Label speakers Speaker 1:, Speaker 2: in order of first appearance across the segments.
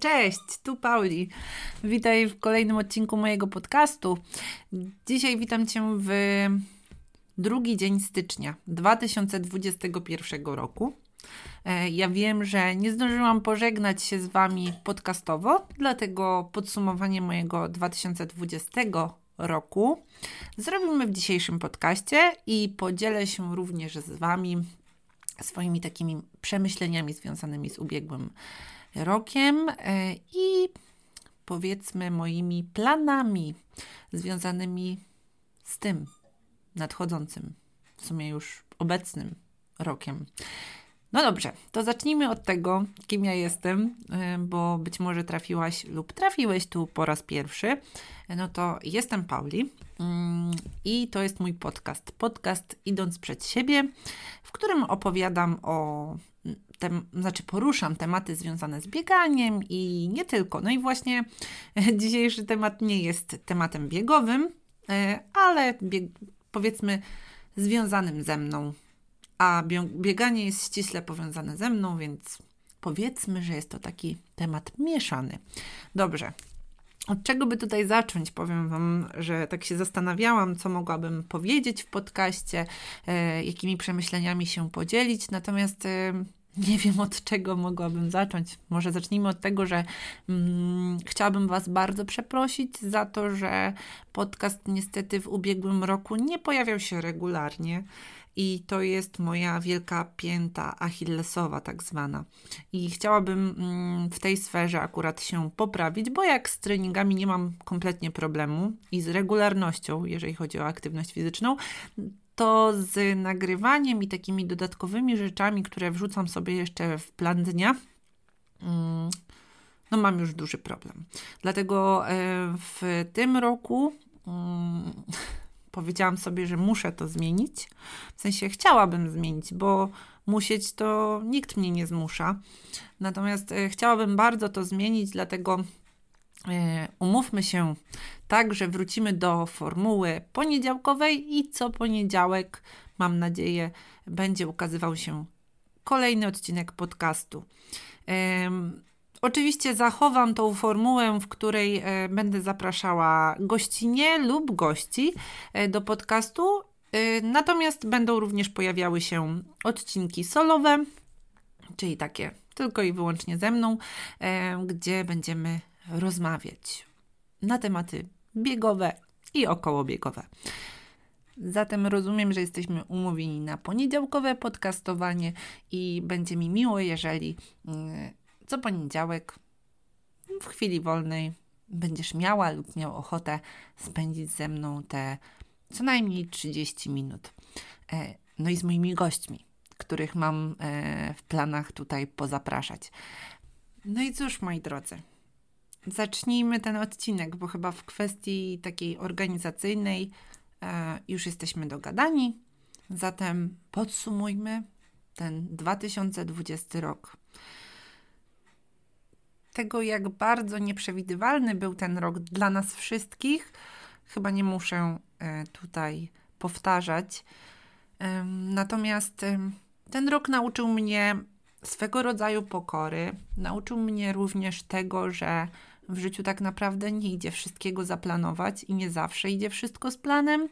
Speaker 1: Cześć, tu Pauli. Witaj w kolejnym odcinku mojego podcastu. Dzisiaj witam Cię w drugi dzień stycznia 2021 roku. Ja wiem, że nie zdążyłam pożegnać się z Wami podcastowo, dlatego podsumowanie mojego 2020 roku zrobimy w dzisiejszym podcaście i podzielę się również z Wami swoimi takimi przemyśleniami związanymi z ubiegłym rokiem i powiedzmy moimi planami związanymi z tym nadchodzącym, w sumie już obecnym rokiem. No dobrze, to zacznijmy od tego, kim ja jestem, bo być może trafiłaś lub trafiłeś tu po raz pierwszy. No to jestem Pauli i to jest mój podcast Idąc Przed Siebie, w którym opowiadam poruszam tematy związane z bieganiem i nie tylko. No i właśnie dzisiejszy temat nie jest tematem biegowym, ale powiedzmy związanym ze mną. A bieganie jest ściśle powiązane ze mną, więc powiedzmy, że jest to taki temat mieszany. Dobrze. Od czego by tutaj zacząć? Powiem Wam, że tak się zastanawiałam, co mogłabym powiedzieć w podcaście, jakimi przemyśleniami się podzielić, natomiast nie wiem, od czego mogłabym zacząć. Może zacznijmy od tego, że chciałabym Was bardzo przeprosić za to, że podcast niestety w ubiegłym roku nie pojawiał się regularnie. I to jest moja wielka pięta achillesowa tak zwana. I chciałabym w tej sferze akurat się poprawić, bo jak z treningami nie mam kompletnie problemu i z regularnością, jeżeli chodzi o aktywność fizyczną, to z nagrywaniem i takimi dodatkowymi rzeczami, które wrzucam sobie jeszcze w plan dnia, no mam już duży problem. Dlatego w tym roku powiedziałam sobie, że muszę to zmienić. W sensie chciałabym zmienić, bo musieć to nikt mnie nie zmusza. Natomiast chciałabym bardzo to zmienić, dlatego umówmy się tak, że wrócimy do formuły poniedziałkowej i co poniedziałek, mam nadzieję, będzie ukazywał się kolejny odcinek podcastu. Oczywiście zachowam tą formułę, w której będę zapraszała gościnie lub gości do podcastu, natomiast będą również pojawiały się odcinki solowe, czyli takie tylko i wyłącznie ze mną, gdzie będziemy rozmawiać na tematy biegowe i okołobiegowe. Zatem rozumiem, że jesteśmy umówieni na poniedziałkowe podcastowanie i będzie mi miło, jeżeli co poniedziałek w chwili wolnej będziesz miała lub miał ochotę spędzić ze mną te co najmniej 30 minut. No i z moimi gośćmi, których mam w planach tutaj pozapraszać. No i cóż, moi drodzy, zacznijmy ten odcinek, bo chyba w kwestii takiej organizacyjnej już jesteśmy dogadani. Zatem podsumujmy ten 2020 rok. Tego, jak bardzo nieprzewidywalny był ten rok dla nas wszystkich, chyba nie muszę tutaj powtarzać. Natomiast ten rok nauczył mnie swego rodzaju pokory. Nauczył mnie również tego, że w życiu tak naprawdę nie idzie wszystkiego zaplanować i nie zawsze idzie wszystko z planem.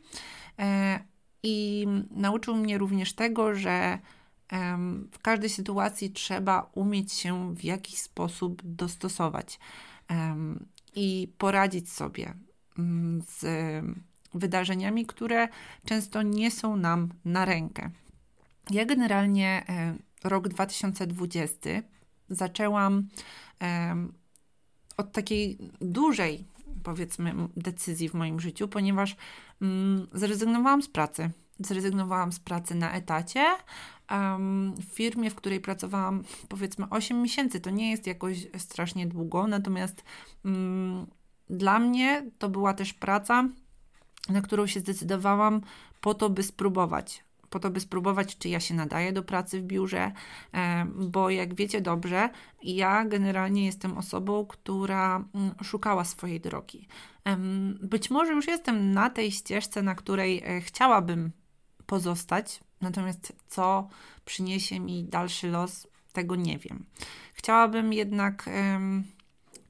Speaker 1: I nauczył mnie również tego, że w każdej sytuacji trzeba umieć się w jakiś sposób dostosować i poradzić sobie z wydarzeniami, które często nie są nam na rękę. Ja generalnie rok 2020 zaczęłam od takiej dużej, powiedzmy, decyzji w moim życiu, ponieważ zrezygnowałam z pracy. Zrezygnowałam z pracy na etacie w firmie, w której pracowałam powiedzmy 8 miesięcy. To nie jest jakoś strasznie długo, natomiast dla mnie to była też praca, na którą się zdecydowałam po to, by spróbować, czy ja się nadaję do pracy w biurze, bo jak wiecie dobrze, ja generalnie jestem osobą, która szukała swojej drogi. Być może już jestem na tej ścieżce, na której chciałabym pozostać, natomiast co przyniesie mi dalszy los, tego nie wiem. Chciałabym jednak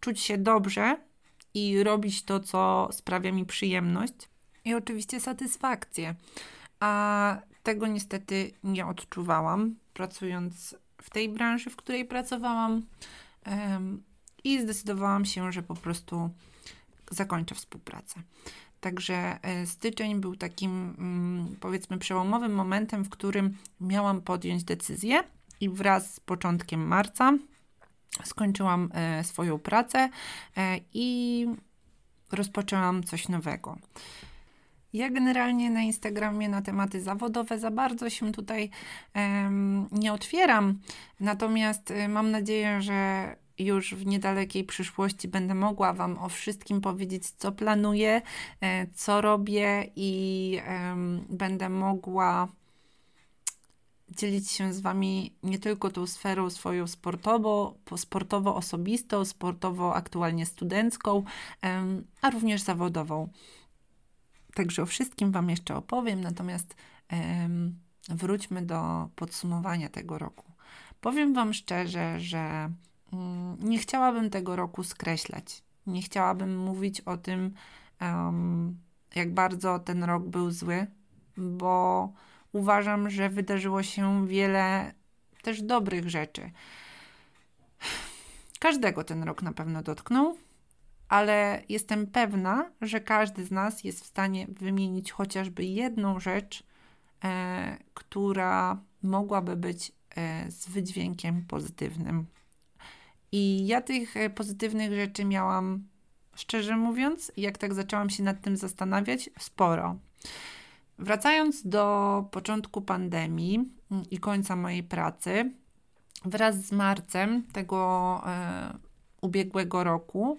Speaker 1: czuć się dobrze i robić to, co sprawia mi przyjemność i oczywiście satysfakcję. A tego niestety nie odczuwałam, pracując w tej branży, w której pracowałam, i zdecydowałam się, że po prostu zakończę współpracę. Także styczeń był takim, powiedzmy, przełomowym momentem, w którym miałam podjąć decyzję i wraz z początkiem marca skończyłam swoją pracę i rozpoczęłam coś nowego. Ja generalnie na Instagramie na tematy zawodowe za bardzo się tutaj nie otwieram, natomiast mam nadzieję, że już w niedalekiej przyszłości będę mogła Wam o wszystkim powiedzieć, co planuję, co robię i będę mogła dzielić się z Wami nie tylko tą sferą swoją sportowo-osobistą, sportowo aktualnie studencką, a również zawodową. Także o wszystkim Wam jeszcze opowiem, natomiast wróćmy do podsumowania tego roku. Powiem Wam szczerze, że nie chciałabym tego roku skreślać. Nie chciałabym mówić o tym, jak bardzo ten rok był zły, bo uważam, że wydarzyło się wiele też dobrych rzeczy. Każdego ten rok na pewno dotknął, ale jestem pewna, że każdy z nas jest w stanie wymienić chociażby jedną rzecz, która mogłaby być z wydźwiękiem pozytywnym. I ja tych pozytywnych rzeczy miałam, szczerze mówiąc, jak tak zaczęłam się nad tym zastanawiać, sporo. Wracając do początku pandemii i końca mojej pracy, wraz z marcem tego ubiegłego roku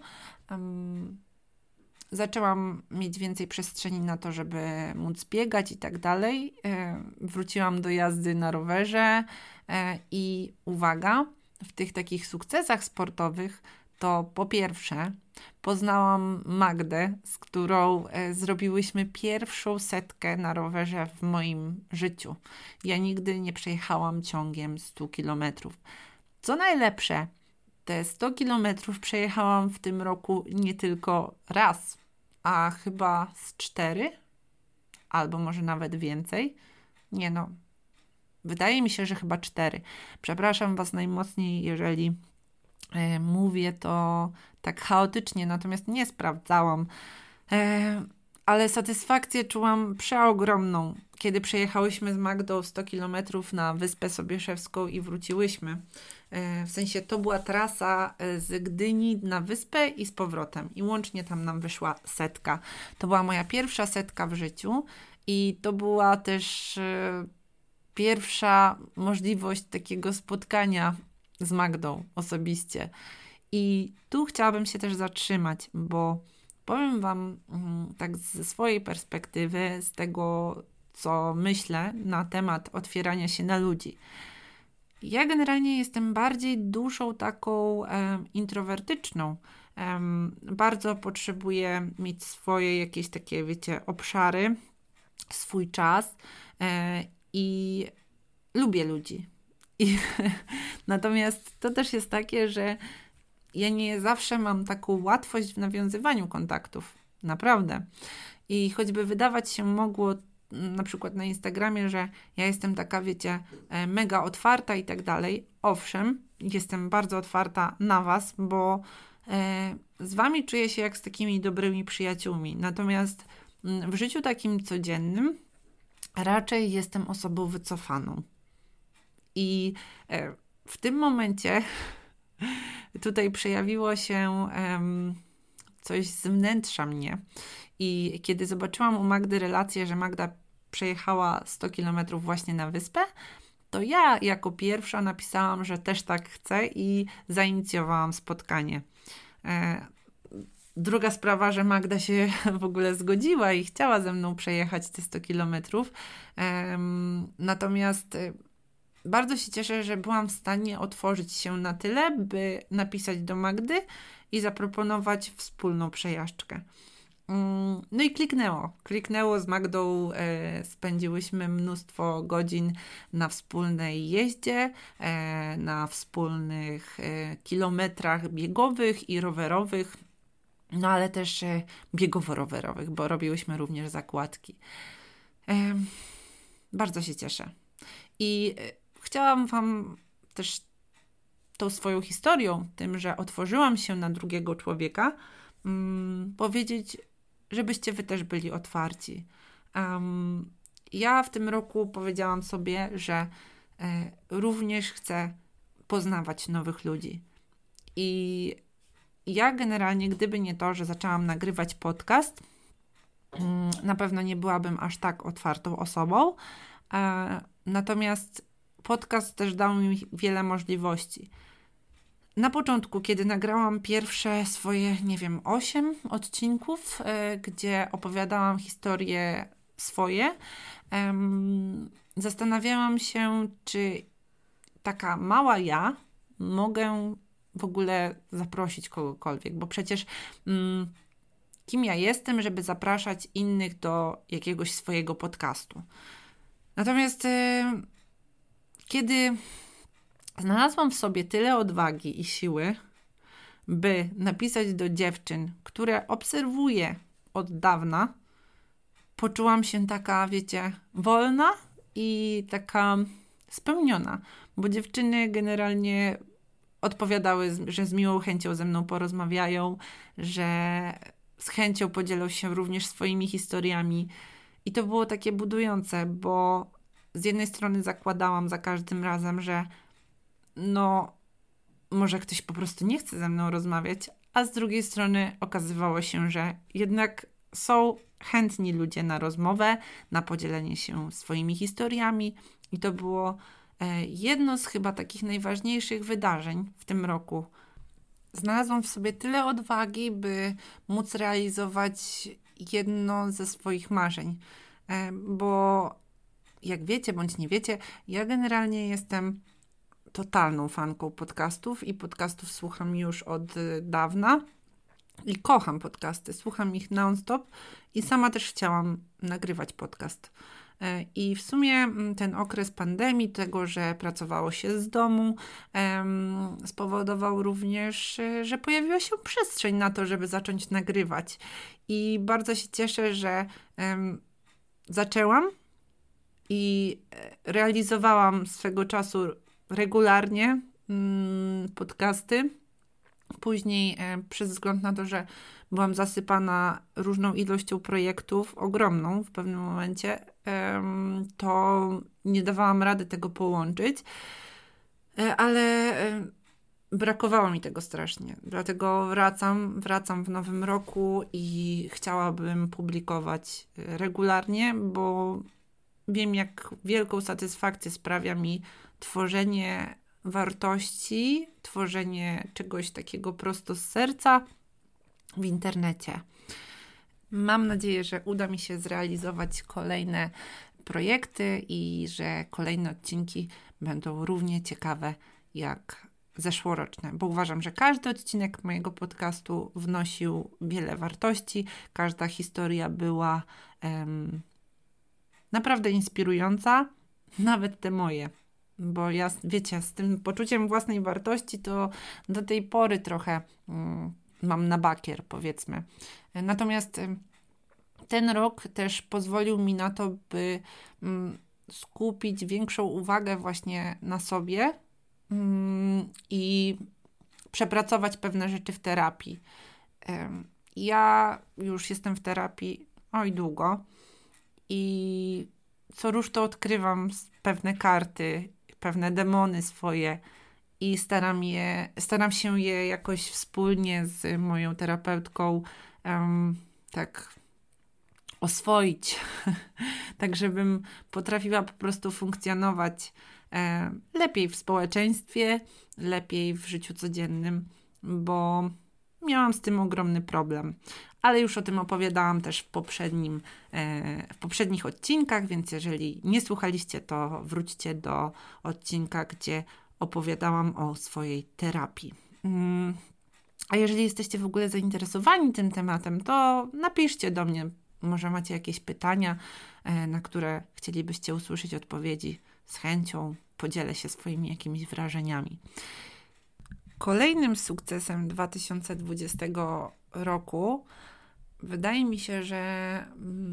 Speaker 1: zaczęłam mieć więcej przestrzeni na to, żeby móc biegać i tak dalej. Wróciłam do jazdy na rowerze i uwaga, w tych takich sukcesach sportowych to po pierwsze poznałam Magdę, z którą zrobiłyśmy pierwszą setkę na rowerze w moim życiu. Ja nigdy nie przejechałam ciągiem 100 kilometrów. Co najlepsze, te 100 kilometrów przejechałam w tym roku nie tylko raz, a chyba z 4, albo może nawet więcej. Nie no, wydaje mi się, że chyba 4. Przepraszam Was najmocniej, jeżeli mówię to tak chaotycznie, natomiast nie sprawdzałam. Ale satysfakcję czułam przeogromną, kiedy przejechałyśmy z Magdą 100 km na Wyspę Sobieszewską i wróciłyśmy. W sensie to była trasa z Gdyni na wyspę i z powrotem. I łącznie tam nam wyszła 100. To była moja pierwsza 100 w życiu i to była też pierwsza możliwość takiego spotkania z Magdą osobiście. I tu chciałabym się też zatrzymać, bo powiem Wam tak ze swojej perspektywy, z tego, co myślę na temat otwierania się na ludzi. Ja generalnie jestem bardziej duszą taką introwertyczną. Bardzo potrzebuję mieć swoje jakieś takie, wiecie, obszary, swój czas i lubię ludzi. Natomiast to też jest takie, że ja nie zawsze mam taką łatwość w nawiązywaniu kontaktów. Naprawdę. I choćby wydawać się mogło na przykład na Instagramie, że ja jestem taka, wiecie, mega otwarta i tak dalej. Owszem, jestem bardzo otwarta na Was, bo z Wami czuję się jak z takimi dobrymi przyjaciółmi. Natomiast w życiu takim codziennym raczej jestem osobą wycofaną. I w tym momencie tutaj przejawiło się coś z wnętrza mnie. I kiedy zobaczyłam u Magdy relację, że Magda przejechała 100 km właśnie na wyspę, to ja jako pierwsza napisałam, że też tak chcę i zainicjowałam spotkanie. Druga sprawa, że Magda się w ogóle zgodziła i chciała ze mną przejechać te 100 kilometrów. Natomiast bardzo się cieszę, że byłam w stanie otworzyć się na tyle, by napisać do Magdy i zaproponować wspólną przejażdżkę. No i kliknęło z Magdą, spędziłyśmy mnóstwo godzin na wspólnej jeździe, na wspólnych kilometrach biegowych i rowerowych, no ale też biegowo-rowerowych, bo robiłyśmy również zakładki. Bardzo się cieszę. I chciałam Wam też tą swoją historią, tym, że otworzyłam się na drugiego człowieka, powiedzieć, żebyście Wy też byli otwarci. Ja w tym roku powiedziałam sobie, że również chcę poznawać nowych ludzi. I ja generalnie, gdyby nie to, że zaczęłam nagrywać podcast, na pewno nie byłabym aż tak otwartą osobą. Natomiast podcast też dał mi wiele możliwości. Na początku, kiedy nagrałam pierwsze swoje, 8 odcinków, gdzie opowiadałam historie swoje, zastanawiałam się, czy taka mała ja mogę w ogóle zaprosić kogokolwiek, bo przecież kim ja jestem, żeby zapraszać innych do jakiegoś swojego podcastu. Natomiast kiedy znalazłam w sobie tyle odwagi i siły, by napisać do dziewczyn, które obserwuję od dawna, poczułam się taka, wolna i taka spełniona, bo dziewczyny generalnie odpowiadały, że z miłą chęcią ze mną porozmawiają, że z chęcią podzielą się również swoimi historiami i to było takie budujące, bo z jednej strony zakładałam za każdym razem, że może ktoś po prostu nie chce ze mną rozmawiać, a z drugiej strony okazywało się, że jednak są chętni ludzie na rozmowę, na podzielenie się swoimi historiami i to było jedno z chyba takich najważniejszych wydarzeń w tym roku. Znalazłam w sobie tyle odwagi, by móc realizować jedno ze swoich marzeń, bo jak wiecie bądź nie wiecie, ja generalnie jestem totalną fanką podcastów i podcastów słucham już od dawna i kocham podcasty, słucham ich non-stop i sama też chciałam nagrywać podcast. I w sumie ten okres pandemii, tego, że pracowało się z domu, spowodował również, że pojawiła się przestrzeń na to, żeby zacząć nagrywać. I bardzo się cieszę, że zaczęłam i realizowałam swego czasu regularnie podcasty. Później przez wzgląd na to, że byłam zasypana różną ilością projektów, ogromną w pewnym momencie, to nie dawałam rady tego połączyć, ale brakowało mi tego strasznie. Dlatego wracam w nowym roku i chciałabym publikować regularnie, bo wiem, jak wielką satysfakcję sprawia mi tworzenie wartości, tworzenie czegoś takiego prosto z serca w internecie. Mam nadzieję, że uda mi się zrealizować kolejne projekty i że kolejne odcinki będą równie ciekawe jak zeszłoroczne, bo uważam, że każdy odcinek mojego podcastu wnosił wiele wartości, każda historia była naprawdę inspirująca, nawet te moje. Bo ja, z tym poczuciem własnej wartości to do tej pory trochę mam na bakier, powiedzmy. Natomiast ten rok też pozwolił mi na to, by skupić większą uwagę właśnie na sobie i przepracować pewne rzeczy w terapii. Ja już jestem w terapii długo i co rusz to odkrywam pewne karty, pewne demony swoje i staram się je jakoś wspólnie z moją terapeutką tak oswoić, tak żebym potrafiła po prostu funkcjonować lepiej w społeczeństwie, lepiej w życiu codziennym, bo miałam z tym ogromny problem. Ale już o tym opowiadałam też w poprzednich odcinkach, więc jeżeli nie słuchaliście, to wróćcie do odcinka, gdzie opowiadałam o swojej terapii. A jeżeli jesteście w ogóle zainteresowani tym tematem, to napiszcie do mnie. Może macie jakieś pytania, na które chcielibyście usłyszeć odpowiedzi. Z chęcią podzielę się swoimi jakimiś wrażeniami. Kolejnym sukcesem 2020 roku wydaje mi się, że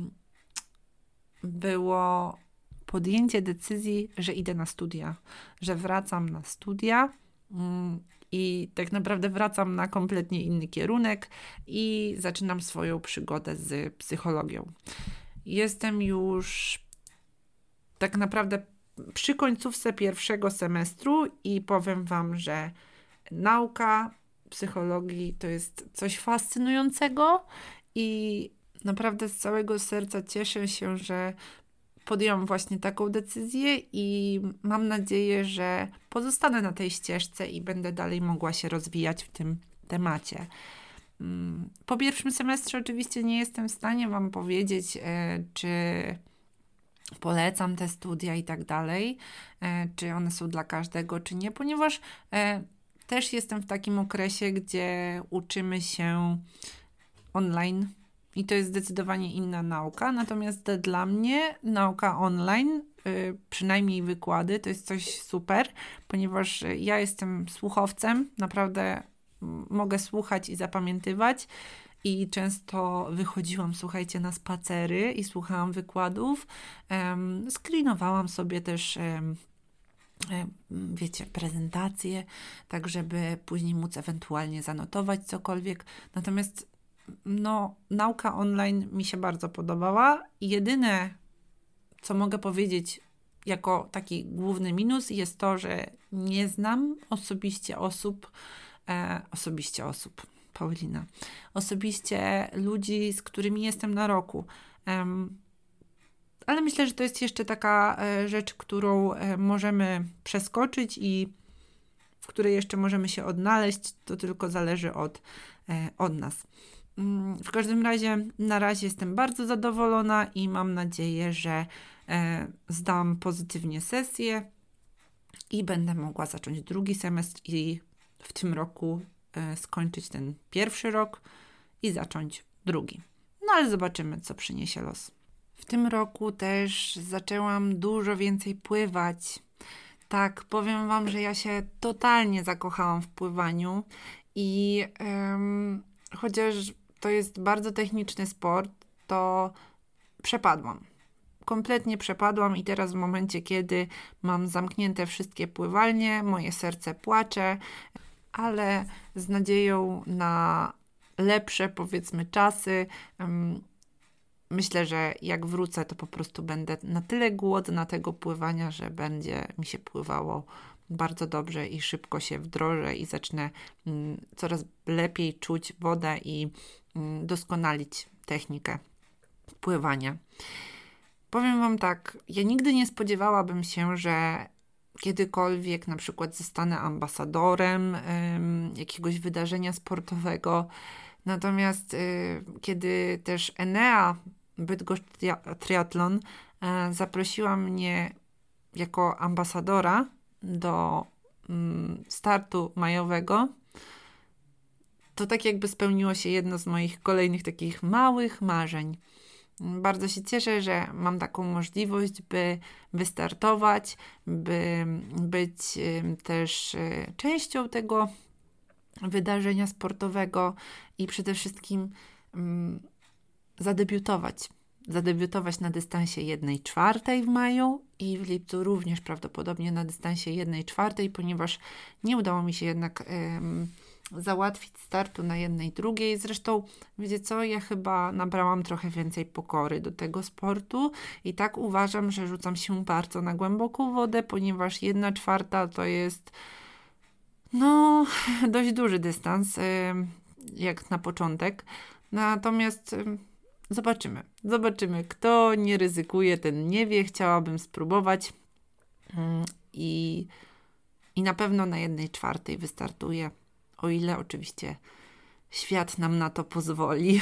Speaker 1: było podjęcie decyzji, że idę na studia, że wracam na studia i tak naprawdę wracam na kompletnie inny kierunek i zaczynam swoją przygodę z psychologią. Jestem już tak naprawdę przy końcówce pierwszego semestru i powiem Wam, że nauka psychologii to jest coś fascynującego i naprawdę z całego serca cieszę się, że podjęłam właśnie taką decyzję i mam nadzieję, że pozostanę na tej ścieżce i będę dalej mogła się rozwijać w tym temacie. Po pierwszym semestrze oczywiście nie jestem w stanie Wam powiedzieć, czy polecam te studia i tak dalej, czy one są dla każdego, czy nie, ponieważ też jestem w takim okresie, gdzie uczymy się online i to jest zdecydowanie inna nauka, natomiast dla mnie nauka online, przynajmniej wykłady, to jest coś super, ponieważ ja jestem słuchowcem, naprawdę mogę słuchać i zapamiętywać i często wychodziłam, słuchajcie, na spacery i słuchałam wykładów, screenowałam sobie też wiecie, prezentacje, tak żeby później móc ewentualnie zanotować cokolwiek. Natomiast nauka online mi się bardzo podobała. Jedyne, co mogę powiedzieć jako taki główny minus jest to, że nie znam osobiście ludzi, z którymi jestem na roku. Ale myślę, że to jest jeszcze taka rzecz, którą możemy przeskoczyć i w której jeszcze możemy się odnaleźć. To tylko zależy od nas. W każdym razie na razie jestem bardzo zadowolona i mam nadzieję, że zdam pozytywnie sesję i będę mogła zacząć drugi semestr i w tym roku skończyć ten pierwszy rok i zacząć drugi. No ale zobaczymy, co przyniesie los. W tym roku też zaczęłam dużo więcej pływać. Tak, powiem Wam, że ja się totalnie zakochałam w pływaniu i chociaż to jest bardzo techniczny sport, to przepadłam. Kompletnie przepadłam i teraz w momencie, kiedy mam zamknięte wszystkie pływalnie, moje serce płacze, ale z nadzieją na lepsze, powiedzmy, czasy. Myślę, że jak wrócę, to po prostu będę na tyle głodna tego pływania, że będzie mi się pływało bardzo dobrze i szybko się wdrożę i zacznę coraz lepiej czuć wodę i doskonalić technikę pływania. Powiem Wam tak, ja nigdy nie spodziewałabym się, że kiedykolwiek na przykład zostanę ambasadorem jakiegoś wydarzenia sportowego. Natomiast kiedy też Enea Bydgoszcz Triathlon zaprosiła mnie jako ambasadora do startu majowego, to tak jakby spełniło się jedno z moich kolejnych takich małych marzeń. Bardzo się cieszę, że mam taką możliwość, by wystartować, by być też częścią tego wydarzenia sportowego i przede wszystkim zadebiutować na dystansie 1/4 w maju i w lipcu również prawdopodobnie na dystansie 1/4, ponieważ nie udało mi się jednak załatwić startu na 1/2. Zresztą, wiecie co, ja chyba nabrałam trochę więcej pokory do tego sportu i tak uważam, że rzucam się bardzo na głęboką wodę, ponieważ 1/4 to jest dość duży dystans, jak na początek. Natomiast zobaczymy. Kto nie ryzykuje, ten nie wie. Chciałabym spróbować i na pewno na 1/4 wystartuję, o ile oczywiście świat nam na to pozwoli.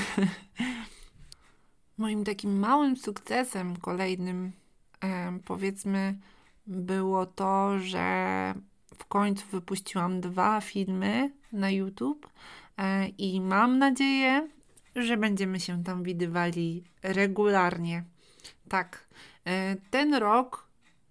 Speaker 1: Moim takim małym sukcesem kolejnym, powiedzmy, było to, że w końcu wypuściłam 2 filmy na YouTube i mam nadzieję, że będziemy się tam widywali regularnie. Tak, ten rok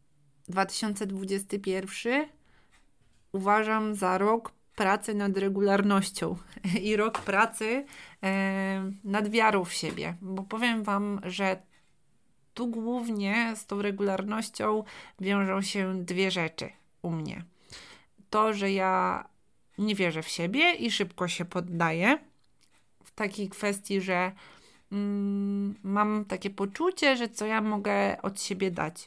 Speaker 1: 2021 uważam za rok pracy nad regularnością i rok pracy nad wiarą w siebie, bo powiem Wam, że tu głównie z tą regularnością wiążą się dwie rzeczy u mnie. To, że ja nie wierzę w siebie i szybko się poddaję w takiej kwestii, że mam takie poczucie, że co ja mogę od siebie dać.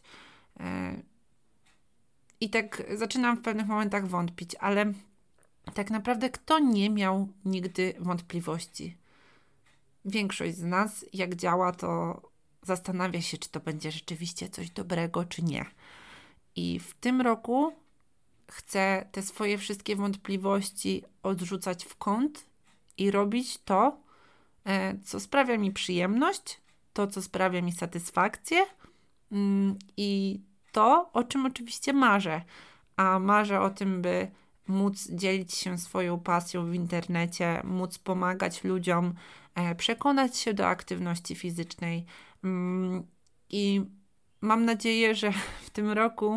Speaker 1: I tak zaczynam w pewnych momentach wątpić, ale tak naprawdę kto nie miał nigdy wątpliwości? Większość z nas, jak działa, to zastanawia się, czy to będzie rzeczywiście coś dobrego, czy nie. I w tym roku chcę te swoje wszystkie wątpliwości odrzucać w kąt i robić to, co sprawia mi przyjemność, to, co sprawia mi satysfakcję i to, o czym oczywiście marzę. A marzę o tym, by móc dzielić się swoją pasją w internecie, móc pomagać ludziom, przekonać się do aktywności fizycznej. I mam nadzieję, że w tym roku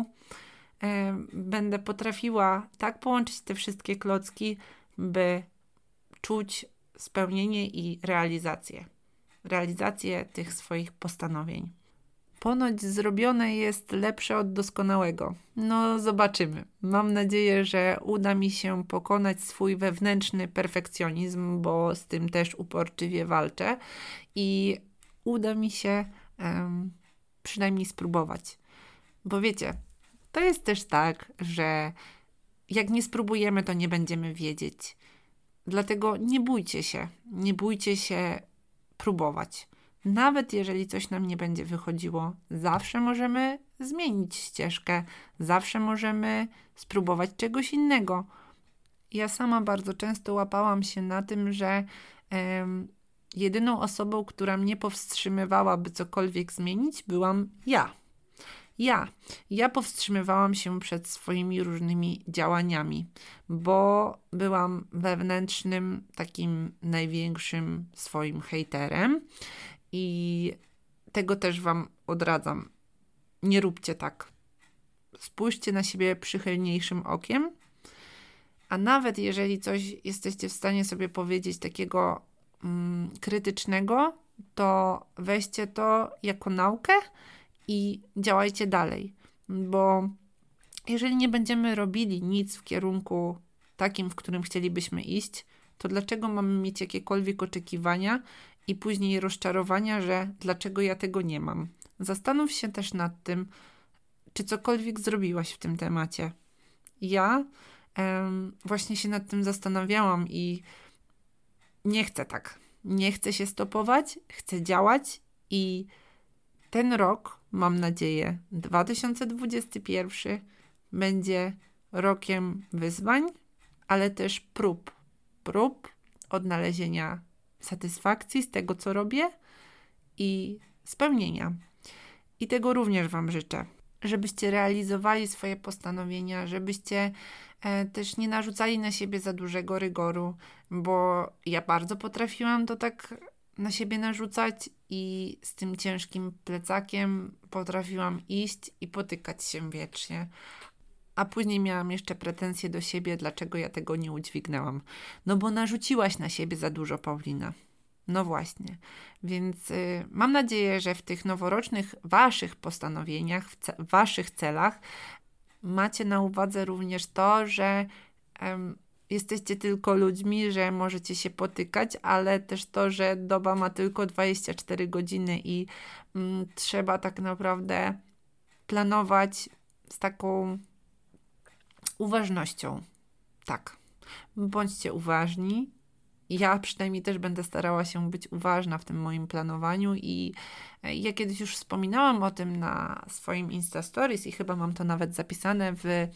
Speaker 1: będę potrafiła tak połączyć te wszystkie klocki, by czuć spełnienie i realizację tych swoich postanowień. Ponoć zrobione jest lepsze od doskonałego. No, zobaczymy. Mam nadzieję, że uda mi się pokonać swój wewnętrzny perfekcjonizm, bo z tym też uporczywie walczę i uda mi się przynajmniej spróbować. Bo wiecie, to jest też tak, że jak nie spróbujemy, to nie będziemy wiedzieć. Dlatego nie bójcie się próbować. Nawet jeżeli coś nam nie będzie wychodziło, zawsze możemy zmienić ścieżkę, zawsze możemy spróbować czegoś innego. Ja sama bardzo często łapałam się na tym, że jedyną osobą, która mnie powstrzymywała, by cokolwiek zmienić, byłam ja. Ja powstrzymywałam się przed swoimi różnymi działaniami, bo byłam wewnętrznym, takim największym swoim hejterem i tego też Wam odradzam. Nie róbcie tak. Spójrzcie na siebie przychylniejszym okiem, a nawet jeżeli coś jesteście w stanie sobie powiedzieć takiego krytycznego, to weźcie to jako naukę i działajcie dalej, bo jeżeli nie będziemy robili nic w kierunku takim, w którym chcielibyśmy iść, to dlaczego mamy mieć jakiekolwiek oczekiwania i później rozczarowania, że dlaczego ja tego nie mam? Zastanów się też nad tym, czy cokolwiek zrobiłaś w tym temacie. Ja właśnie się nad tym zastanawiałam i nie chcę tak. Nie chcę się stopować, chcę działać i ten rok, mam nadzieję, 2021 będzie rokiem wyzwań, ale też prób odnalezienia satysfakcji z tego, co robię i spełnienia. I tego również Wam życzę, żebyście realizowali swoje postanowienia, żebyście też nie narzucali na siebie za dużego rygoru, bo ja bardzo potrafiłam to tak na siebie narzucać i z tym ciężkim plecakiem potrafiłam iść i potykać się wiecznie. A później miałam jeszcze pretensje do siebie, dlaczego ja tego nie udźwignęłam. No bo narzuciłaś na siebie za dużo, Paulina. No właśnie. Więc mam nadzieję, że w tych noworocznych Waszych postanowieniach, Waszych celach macie na uwadze również to, że jesteście tylko ludźmi, że możecie się potykać, ale też to, że doba ma tylko 24 godziny i trzeba tak naprawdę planować z taką uważnością. Tak. Bądźcie uważni. Ja przynajmniej też będę starała się być uważna w tym moim planowaniu i ja kiedyś już wspominałam o tym na swoim Insta Stories i chyba mam to nawet zapisane w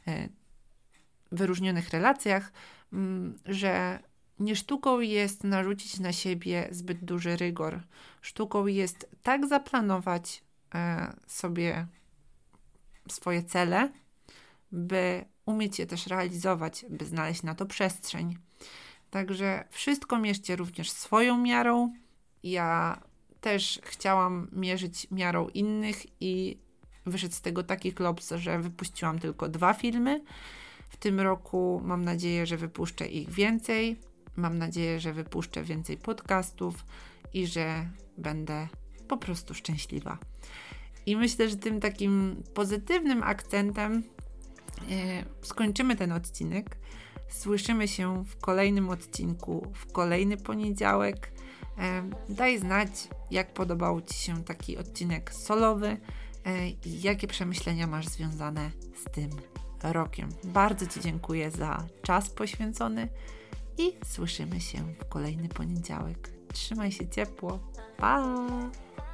Speaker 1: wyróżnionych relacjach, że nie sztuką jest narzucić na siebie zbyt duży rygor. Sztuką jest tak zaplanować sobie swoje cele, by umieć je też realizować, by znaleźć na to przestrzeń. Także wszystko mierzcie również swoją miarą. Ja też chciałam mierzyć miarą innych i wyszedł z tego taki klops, że wypuściłam tylko 2 filmy. W tym roku mam nadzieję, że wypuszczę ich więcej. Mam nadzieję, że wypuszczę więcej podcastów i że będę po prostu szczęśliwa. I myślę, że tym takim pozytywnym akcentem skończymy ten odcinek. Słyszymy się w kolejnym odcinku, w kolejny poniedziałek. Daj znać, jak podobał Ci się taki odcinek solowy i jakie przemyślenia masz związane z tym rokiem. Bardzo Ci dziękuję za czas poświęcony i słyszymy się w kolejny poniedziałek. Trzymaj się ciepło. Pa!